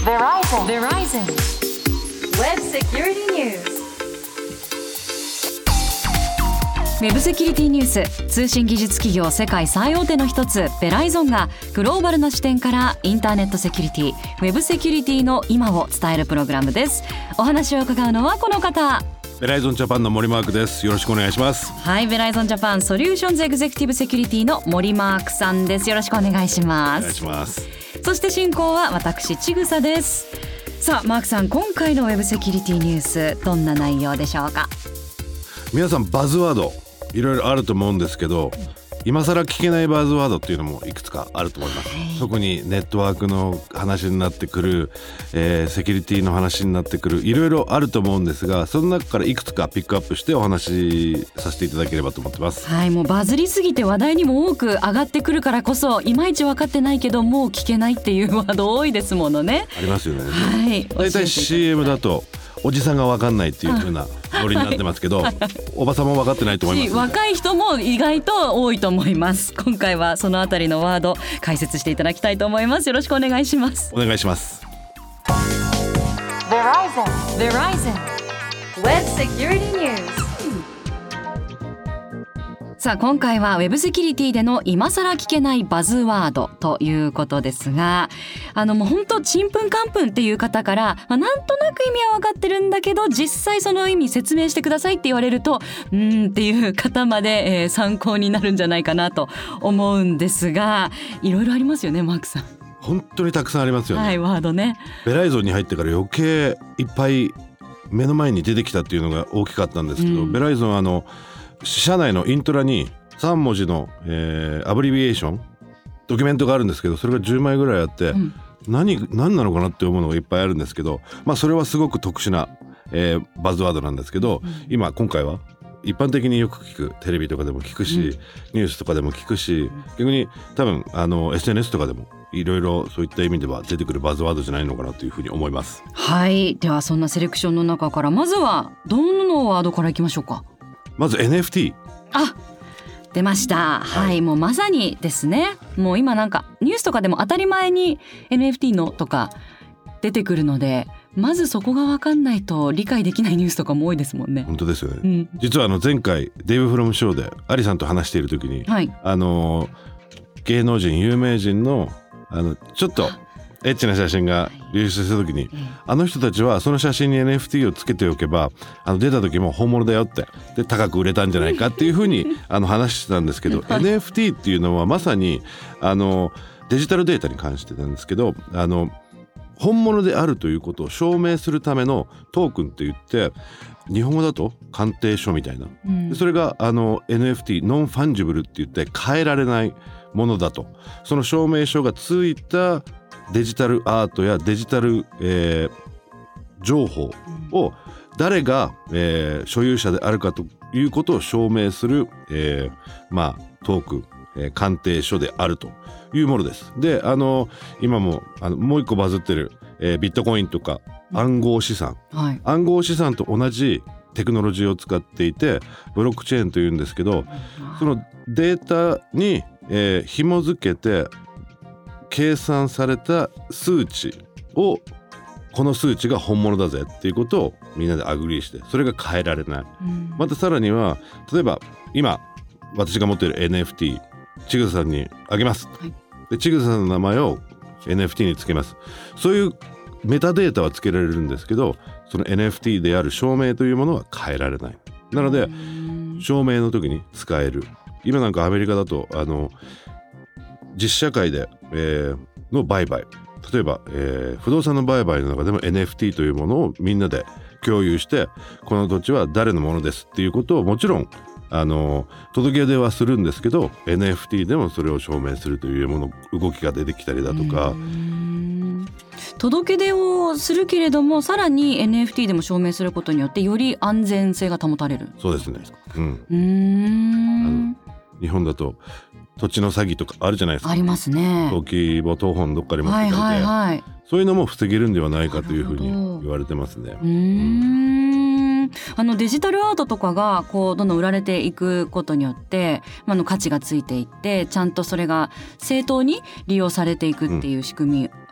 Verizon Web Security News。 ウェブセキュリティニュース、通信技術企業世界最大手の一つベライゾンがグローバルな視点からインターネットセキュリティ、ウェブセキュリティの今を伝えるプログラムです。お話を伺うのはこの方、 ベライゾンジャパンの森マークです。よろしくお願いします。 はい、ベライゾンジャパンソリューションズエグゼクティブセキュリティの森マークさんです。よろしくお願いします。 お願いします。 そして進行は私ちぐさです。さあマークさん、今回のウェブセキュリティニュース、どんな内容でしょうか。 皆さんバズワードいろいろあると思うんですけど、今更聞けないバズワードっていうのもいくつかあると思います、特にネットワークの話になってくる、セキュリティの話になってくる、いろいろあると思うんですが、その中からいくつかピックアップしてお話しさせていただければと思ってます。 はい、もうバズりすぎて話題にも多く上がってくるからこそ、いまいち分かってないけどもう聞けないっていうワード多いですものね。 ありますよね。 はい、 だいたい CM だとおじさんが分かんないっていう風なノリになってますけど、おばさんも分かってないと思います。 若い人も意外と多いと思います。今回はそのあたりのワード解説していただきたいと思います。よろしくお願いします。 お願いします。 Verizon Web Security News。 さあ今回はウェブセキュリティでの今更聞けないバズワードということですが、もう本当ちんぷんかんぷんっていう方から、なんとなく意味は分かってるんだけど実際その意味説明してくださいって言われるとっていう方まで、参考になるんじゃないかなと思うんですが、いろいろありますよねマークさん。 本当にたくさんありますよね、 はい、ワードね。 ベライゾンに入ってから余計いっぱい目の前に出てきたっていうのが大きかったんですけど、ベライゾンは社内のイントラに3文字の、アブリビエーションドキュメントがあるんですけど、それが10枚ぐらいあって、何なのかなって思うのがいっぱいあるんですけど、それはすごく特殊な、バズワードなんですけど、今回は一般的によく聞く、テレビとかでも聞くし、ニュースとかでも聞くし、逆に多分SNS とかでもいろいろそういった意味では出てくるバズワードじゃないのかなというふうに思います。 はい、ではそんなセレクションの中からまずはどのワードからいきましょうか。 まず NFT。 出ました。はい、もうまさにですね。もう今なんかニュースとかでも当たり前に NFT のとか出てくるので、まずそこが分かんないと理解できないニュースとかも多いですもんね。 本当ですよね、実は前回デイブフロムショーでアリさんと話している時に、 はい、 芸能人有名人のちょっとエッチな写真が流出した時に、あの人たちはその写真に NFT をつけておけば出た時も本物だよって、で高く売れたんじゃないかっていうふうに話してたんですけど、NFT っていうのはまさにデジタルデータに関してなんですけど、本物であるということを証明するためのトークンって言って、日本語だと鑑定書みたいな、それがNFT ノンファンジブルって言って変えられないものだと、その証明書がついたデジタルアートやデジタル、情報を誰が、所有者であるかということを証明する、トークン、鑑定書であるというものです。で今ももう一個バズってる、ビットコインとか暗号資産、暗号資産と同じテクノロジーを使っていて、ブロックチェーンというんですけど、そのデータに、紐付けて計算された数値を、この数値が本物だぜっていうことをみんなでアグリーして、それが変えられない、またさらには例えば今私が持っている NFT ちぐささんにあげます、でちぐささんの名前を NFT につけます。そういうメタデータはつけられるんですけど、その NFT である証明というものは変えられない。なので証明の時に使える。今なんかアメリカだと実社会で、の売買、例えば、不動産の売買の中でも NFT というものをみんなで共有して、この土地は誰のものですっていうことをもちろん届け出はするんですけど、 NFT でもそれを証明するというもの動きが出てきたりだとか、 届け出をするけれどもさらに NFT でも証明することによってより安全性が保たれる。 そうですね、日本だと土地の詐欺とかあるじゃないですか。 ありますね。 登記簿謄本どっかに持ってかれて、そういうのも防げるんではないかというふうに言われてますね。 デジタルアートとかがこうどんどん売られていくことによって価値がついていって、ちゃんとそれが正当に利用されていくっていう仕組み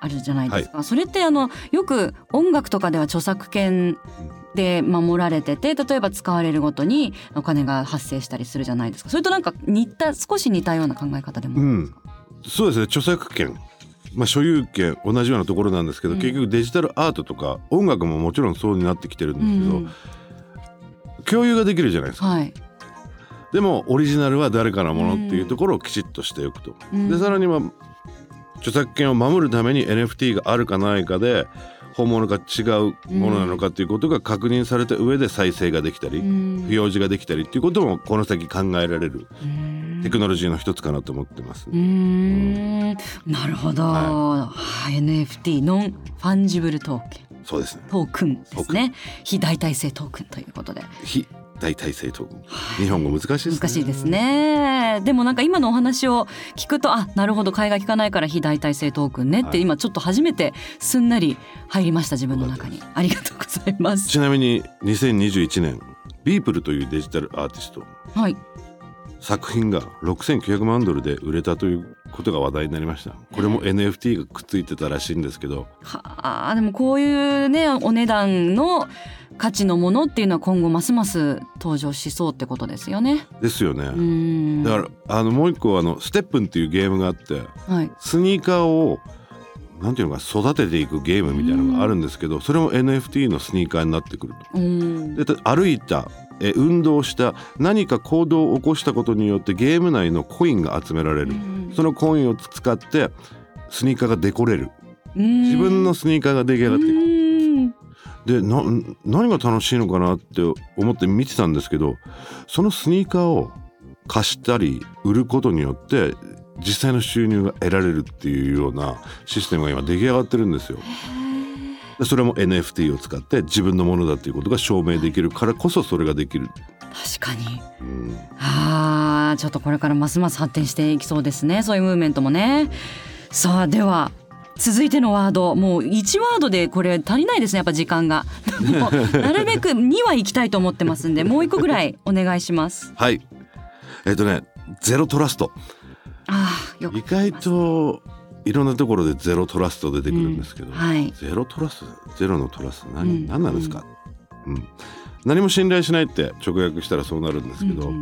あるじゃないですか、それってよく音楽とかでは著作権で守られてて、例えば使われるごとにお金が発生したりするじゃないですか。それとなんか少し似たような考え方でもあるんですか？ そうですね、著作権、所有権同じようなところなんですけど、結局デジタルアートとか音楽ももちろんそうになってきてるんですけど、共有ができるじゃないですか、でもオリジナルは誰かのものっていうところをきちっとしておくと、でさらには著作権を守るために NFT があるかないかで本物か違うものなのかっていうことが確認された上で再生ができたり、不表示ができたりっていうこともこの先考えられるテクノロジーの一つかなと思ってます、 なるほど、NFT ノンファンジブルトークン、 そうですね、 トークンですね。非代替性トークンということで、 非代替性トークン、日本語難しいですね。 難しいですね。でもなんか今のお話を聞くと、なるほど、海外聞かないから非代替性トークンねって今ちょっと初めてすんなり入りました、自分の中に。ありがとうございます。 ちなみに2021年ビープルというデジタルアーティスト、作品が$6900万で売れたということが話題になりました。これも NFT がくっついてたらしいんですけど、 でもこういうねお値段の価値のものっていうのは今後ますます登場しそうってことですよね。 ですよね。だからもう一個ステップンっていうゲームがあって、スニーカーをなんていうのか育てていくゲームみたいなのがあるんですけど、それも NFT のスニーカーになってくると。で歩いた運動した何か行動を起こしたことによってゲーム内のコインが集められる、そのコインを使ってスニーカーがデコれる、自分のスニーカーが出来上がっていく。で何が楽しいのかなって思って見てたんですけど、そのスニーカーを貸したり売ることによって実際の収入が得られるっていうようなシステムが今出来上がってるんですよ。でそれも NFT を使って自分のものだっていうことが証明できるからこそそれができる。 確かに、ちょっとこれからますます発展していきそうですね、そういうムーブメントもね。さあでは続いてのワード、もう1ワードでこれ足りないですね、やっぱ時間がもうなるべく2は行きたいと思ってますんで、もう1個ぐらいお願いします。 はい、ゼロトラスト。 よく意外といろんなところでゼロトラスト出てくるんですけど、ゼロトラスト、ゼロのトラスト何なんですか、何も信頼しないって直訳したらそうなるんですけど、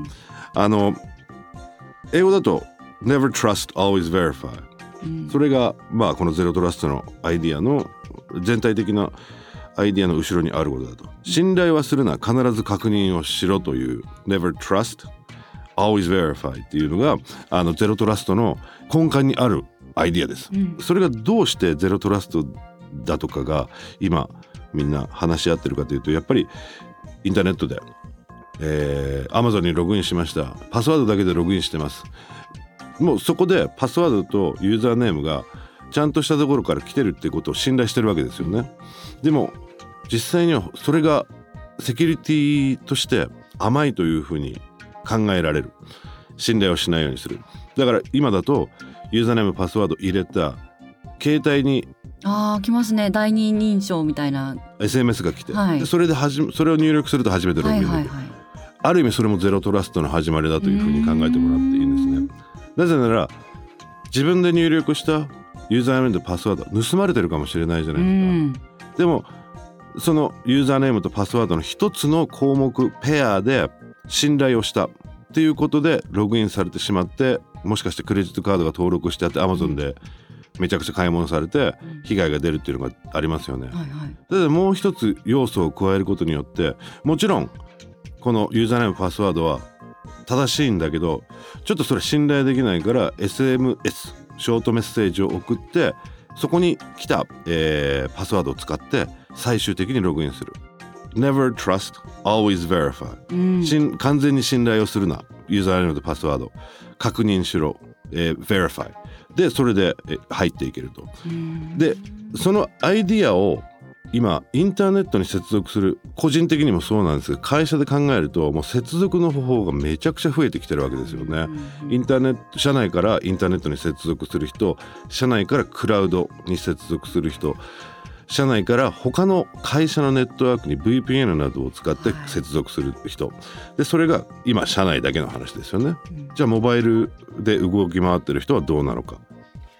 英語だと Never trust, always verify、それがこのゼロトラストのアイディアの全体的なアイディアの後ろにあることだと。信頼はするな、必ず確認をしろという Never trust, always verify っていうのがゼロトラストの根幹にあるアイディアです、それがどうしてゼロトラストだとかが今みんな話し合ってるかというと、やっぱりインターネットで、Amazon にログインしました、パスワードだけでログインしてます、もうそこでパスワードとユーザーネームがちゃんとしたところから来てるってことを信頼してるわけですよね。でも実際にはそれがセキュリティとして甘いというふうに考えられる、信頼をしないようにする。だから今だとユーザーネームパスワード入れた携帯に来ますね、第二認証みたいな SMS が来て、でそれを入力すると初めてログインできる、ある意味それもゼロトラストの始まりだというふうに考えてもらっていいんですね。なぜなら自分で入力したユーザーネームとパスワード盗まれてるかもしれないじゃないですか。でもそのユーザーネームとパスワードの一つの項目ペアで信頼をしたっていうことでログインされてしまって、もしかしてクレジットカードが登録してあって Amazon でめちゃくちゃ買い物されて被害が出るっていうのがありますよね。でもう一つ要素を加えることによって、もちろんこのユーザーネームパスワードは正しいんだけど、ちょっとそれ信頼できないから SMS ショートメッセージを送って、そこに来た、パスワードを使って最終的にログインする。 Never trust, always verify、完全に信頼をするな、ユーザーネームとパスワード確認しろ、verify でそれで入っていけると。でそのアイディアを今インターネットに接続する、個人的にもそうなんですが会社で考えるともう接続の方法がめちゃくちゃ増えてきてるわけですよね。インターネット、社内からインターネットに接続する人、社内からクラウドに接続する人、社内から他の会社のネットワークに VPN などを使って接続する人で、それが今社内だけの話ですよね。じゃあモバイルで動き回ってる人はどうなのか。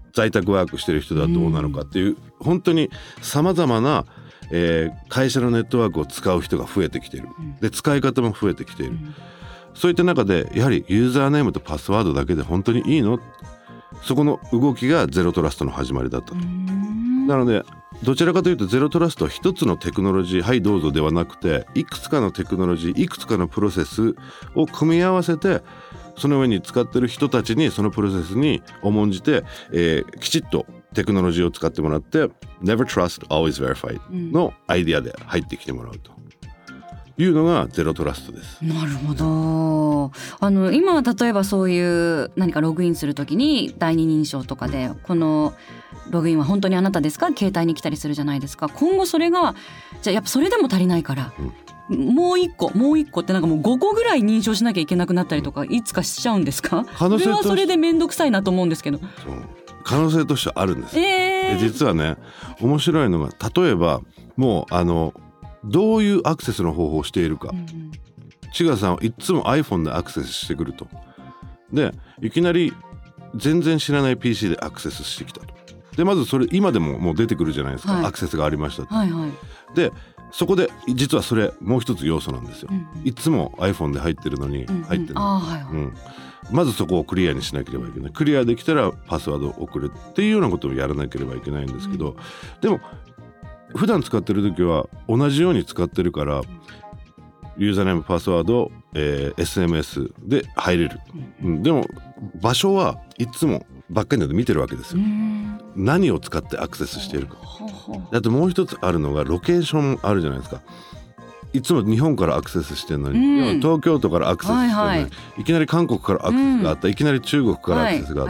在宅ワークしてる人だとどうなのかっていう、本当にさまざまな、会社のネットワークを使う人が増えてきている。で使い方も増えてきている。そういった中でやはりユーザーネームとパスワードだけで本当にいいの？そこの動きがゼロトラストの始まりだったと。なのでどちらかというとゼロトラストは一つのテクノロジー、はいどうぞではなくて、いくつかのテクノロジー、いくつかのプロセスを組み合わせて、その上に使ってる人たちにそのプロセスに重んじて、きちっとテクノロジーを使ってもらって Never Trust Always Verify のアイディアで入ってきてもらうというのがゼロトラストです。 なるほど。今は例えばそういう何かログインするときに第二認証とかでこのログインは本当にあなたですか、携帯に来たりするじゃないですか。今後それがじゃあやっぱそれでも足りないから、もう一個ってなんかもう5個ぐらい認証しなきゃいけなくなったりとかいつかしちゃうんですか？それはそれで面倒くさいなと思うんですけど。 そう可能性としてはあるんです。実はね面白いのが、例えばもうどういうアクセスの方法をしているか、千賀さんはいつも iPhone でアクセスしてくると。でいきなり全然知らない PC でアクセスしてきたと。でまずそれ今でももう出てくるじゃないですか、はい、アクセスがありましたと、はいはい、でそこで実はそれもう一つ要素なんですよ、いつも iPhone で入ってるのに入ってない、まずそこをクリアにしなければいけない。クリアできたらパスワードを送るっていうようなことをやらなければいけないんですけど、でも普段使ってる時は同じように使ってるからユーザーネームパスワード、SMS で入れる、でも場所はいつもバックエンドで見てるわけですよ。何を使ってアクセスしているか。あともう一つあるのがロケーションあるじゃないですか。いつも日本からアクセスしてるのに、東京都からアクセスしてるのに、いきなり韓国からアクセスがあった、いきなり中国からアクセスがあった、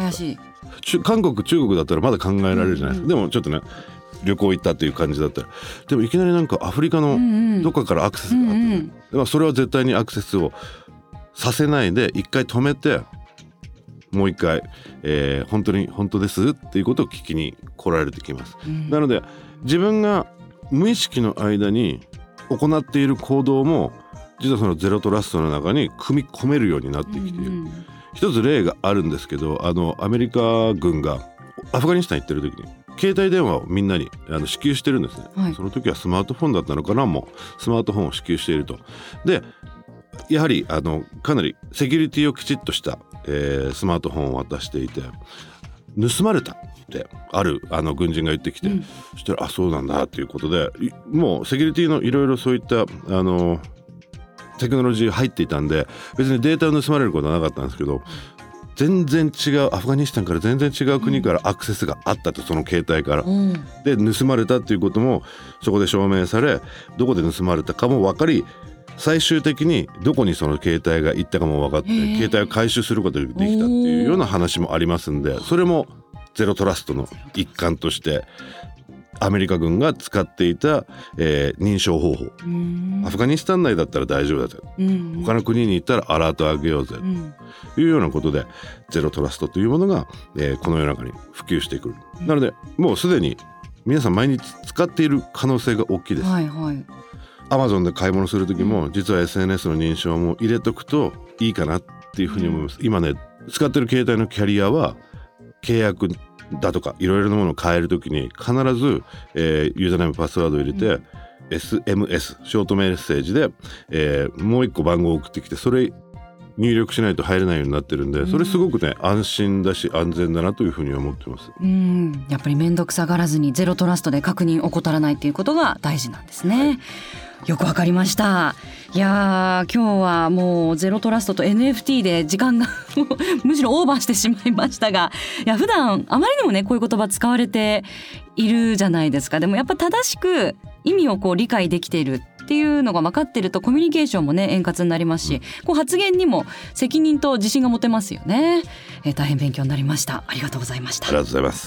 韓国中国だったらまだ考えられるじゃないですか、でもちょっとね旅行行ったっていう感じだったら、でもいきなりなんかアフリカのどっかからアクセスがあった、それは絶対にアクセスをさせないで一回止めてもう一回、本当ですっていうことを聞きに来られてきます、なので自分が無意識の間に行っている行動も実はそのゼロトラストの中に組み込めるようになってきている、一つ例があるんですけど、アメリカ軍がアフガニスタン行ってる時に携帯電話をみんなに支給してるんですね、その時はスマートフォンだったのかな、もうスマートフォンを支給していると。でやはりかなりセキュリティをきちっとした、スマートフォンを渡していて、盗まれたってある軍人が言ってきて、そしたらそうなんだっていうことで、もうセキュリティのいろいろそういったテクノロジー入っていたんで別にデータを盗まれることはなかったんですけど、全然違うアフガニスタンから全然違う国からアクセスがあったと、その携帯から、で盗まれたっていうこともそこで証明され、どこで盗まれたかも分かり、最終的にどこにその携帯が行ったかも分かって、携帯を回収することができたっていうような話もありますんで、それもゼロトラストの一環としてアメリカ軍が使っていた、認証方法、アフガニスタン内だったら大丈夫だと、他の国に行ったらアラートあげようぜというようなことで、ゼロトラストというものが、この世の中に普及してくる。なのでもうすでに皆さん毎日使っている可能性が大きいです、Amazon で買い物する時も実は SNS の認証も入れとくといいかなっていうふうに思います、今ね使ってる携帯のキャリアは契約だとかいろいろなものを変えるときに必ず、ユーザーネームパスワードを入れて、SMS ショートメッセージで、もう一個番号を送ってきて、それ入力しないと入れないようになってるんで、それすごくね安心だし安全だなというふうに思ってます。 やっぱり面倒くさがらずにゼロトラストで確認を怠らないっていうことが大事なんですね、よくわかりました。いや今日はもうゼロトラストと NFT で時間がむしろオーバーしてしまいましたが、いや普段あまりにもねこういう言葉使われているじゃないですか。でもやっぱ正しく意味をこう理解できているっていうのが分かってるとコミュニケーションもね円滑になりますし、こう発言にも責任と自信が持てますよね。大変勉強になりました。ありがとうございました。 ありがとうございます。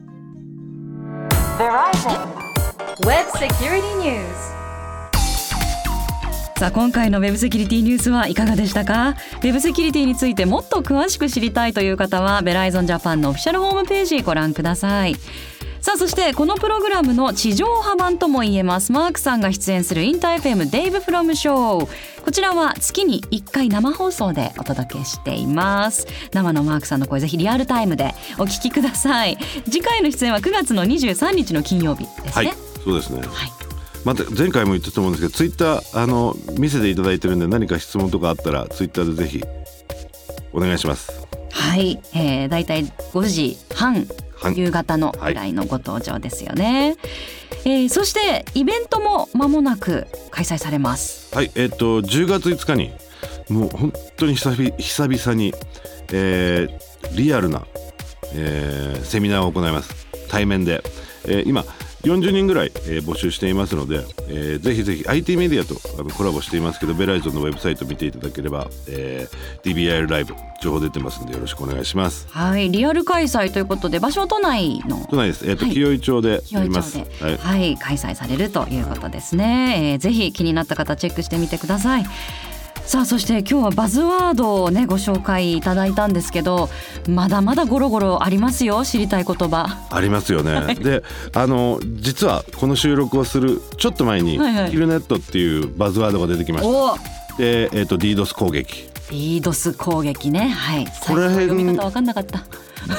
Verizon Web Security News。 さあ今回の Web セキュリティニュースはいかがでしたか？ Web セキュリティについてもっと詳しく知りたいという方はベライゾンジャパンのオフィシャルホームページご覧ください。 さあそしてこのプログラムの地上波版とも言えますマークさんが出演するインター FM デイブフロムショー、こちらは月に1回生放送でお届けしています。生のマークさんの声ぜひリアルタイムでお聞きください。次回の出演は9月の23日の金曜日ですね。 はい、そうですね、 はい、 また前回も言ったと思うんですけどツイッター見せていただいてるんで何か質問とかあったらツイッターでぜひお願いします。 はい、だいたい5時半夕方のぐらいのご登場ですよね。そしてイベントも間もなく開催されます。 はい、10月5日にもう本当に久々に、リアルな、セミナーを行います。対面で、今40人ぐらい、募集していますので、ぜひぜひ IT メディアとコラボしていますけどベライゾンのウェブサイト見ていただければ、DBIL ライブ情報出てますのでよろしくお願いします。 はい、リアル開催ということで場所は都内の都内です、紀尾井町であります。 はい、はい、開催されるということですね。ぜひ気になった方チェックしてみてください。さあそして今日はバズワードをねご紹介いただいたんですけど、まだまだゴロゴロありますよ。知りたい言葉ありますよね。で実はこの収録をするちょっと前に、 はいはい、 キルネットっていうバズワードが出てきました。で、DDoS 攻撃。 DDoS 攻撃ね。はい。 これ読み方分かんなかった。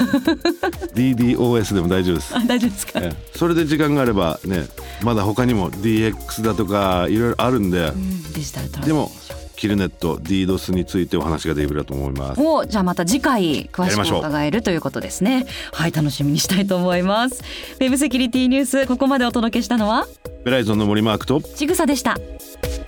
DDoS でも大丈夫です。 大丈夫ですか。 それで時間があればね、まだ他にも DX だとかいろいろあるんで、 デジタルトランスフォーメーション。 でもキルネット DDoS についてお話ができると思います。 じゃあまた次回詳しく伺えるということですね。はい、楽しみにしたいと思います。ウェブセキュリティニュース、ここまでお届けしたのはベライゾンの森マークとちぐさでした。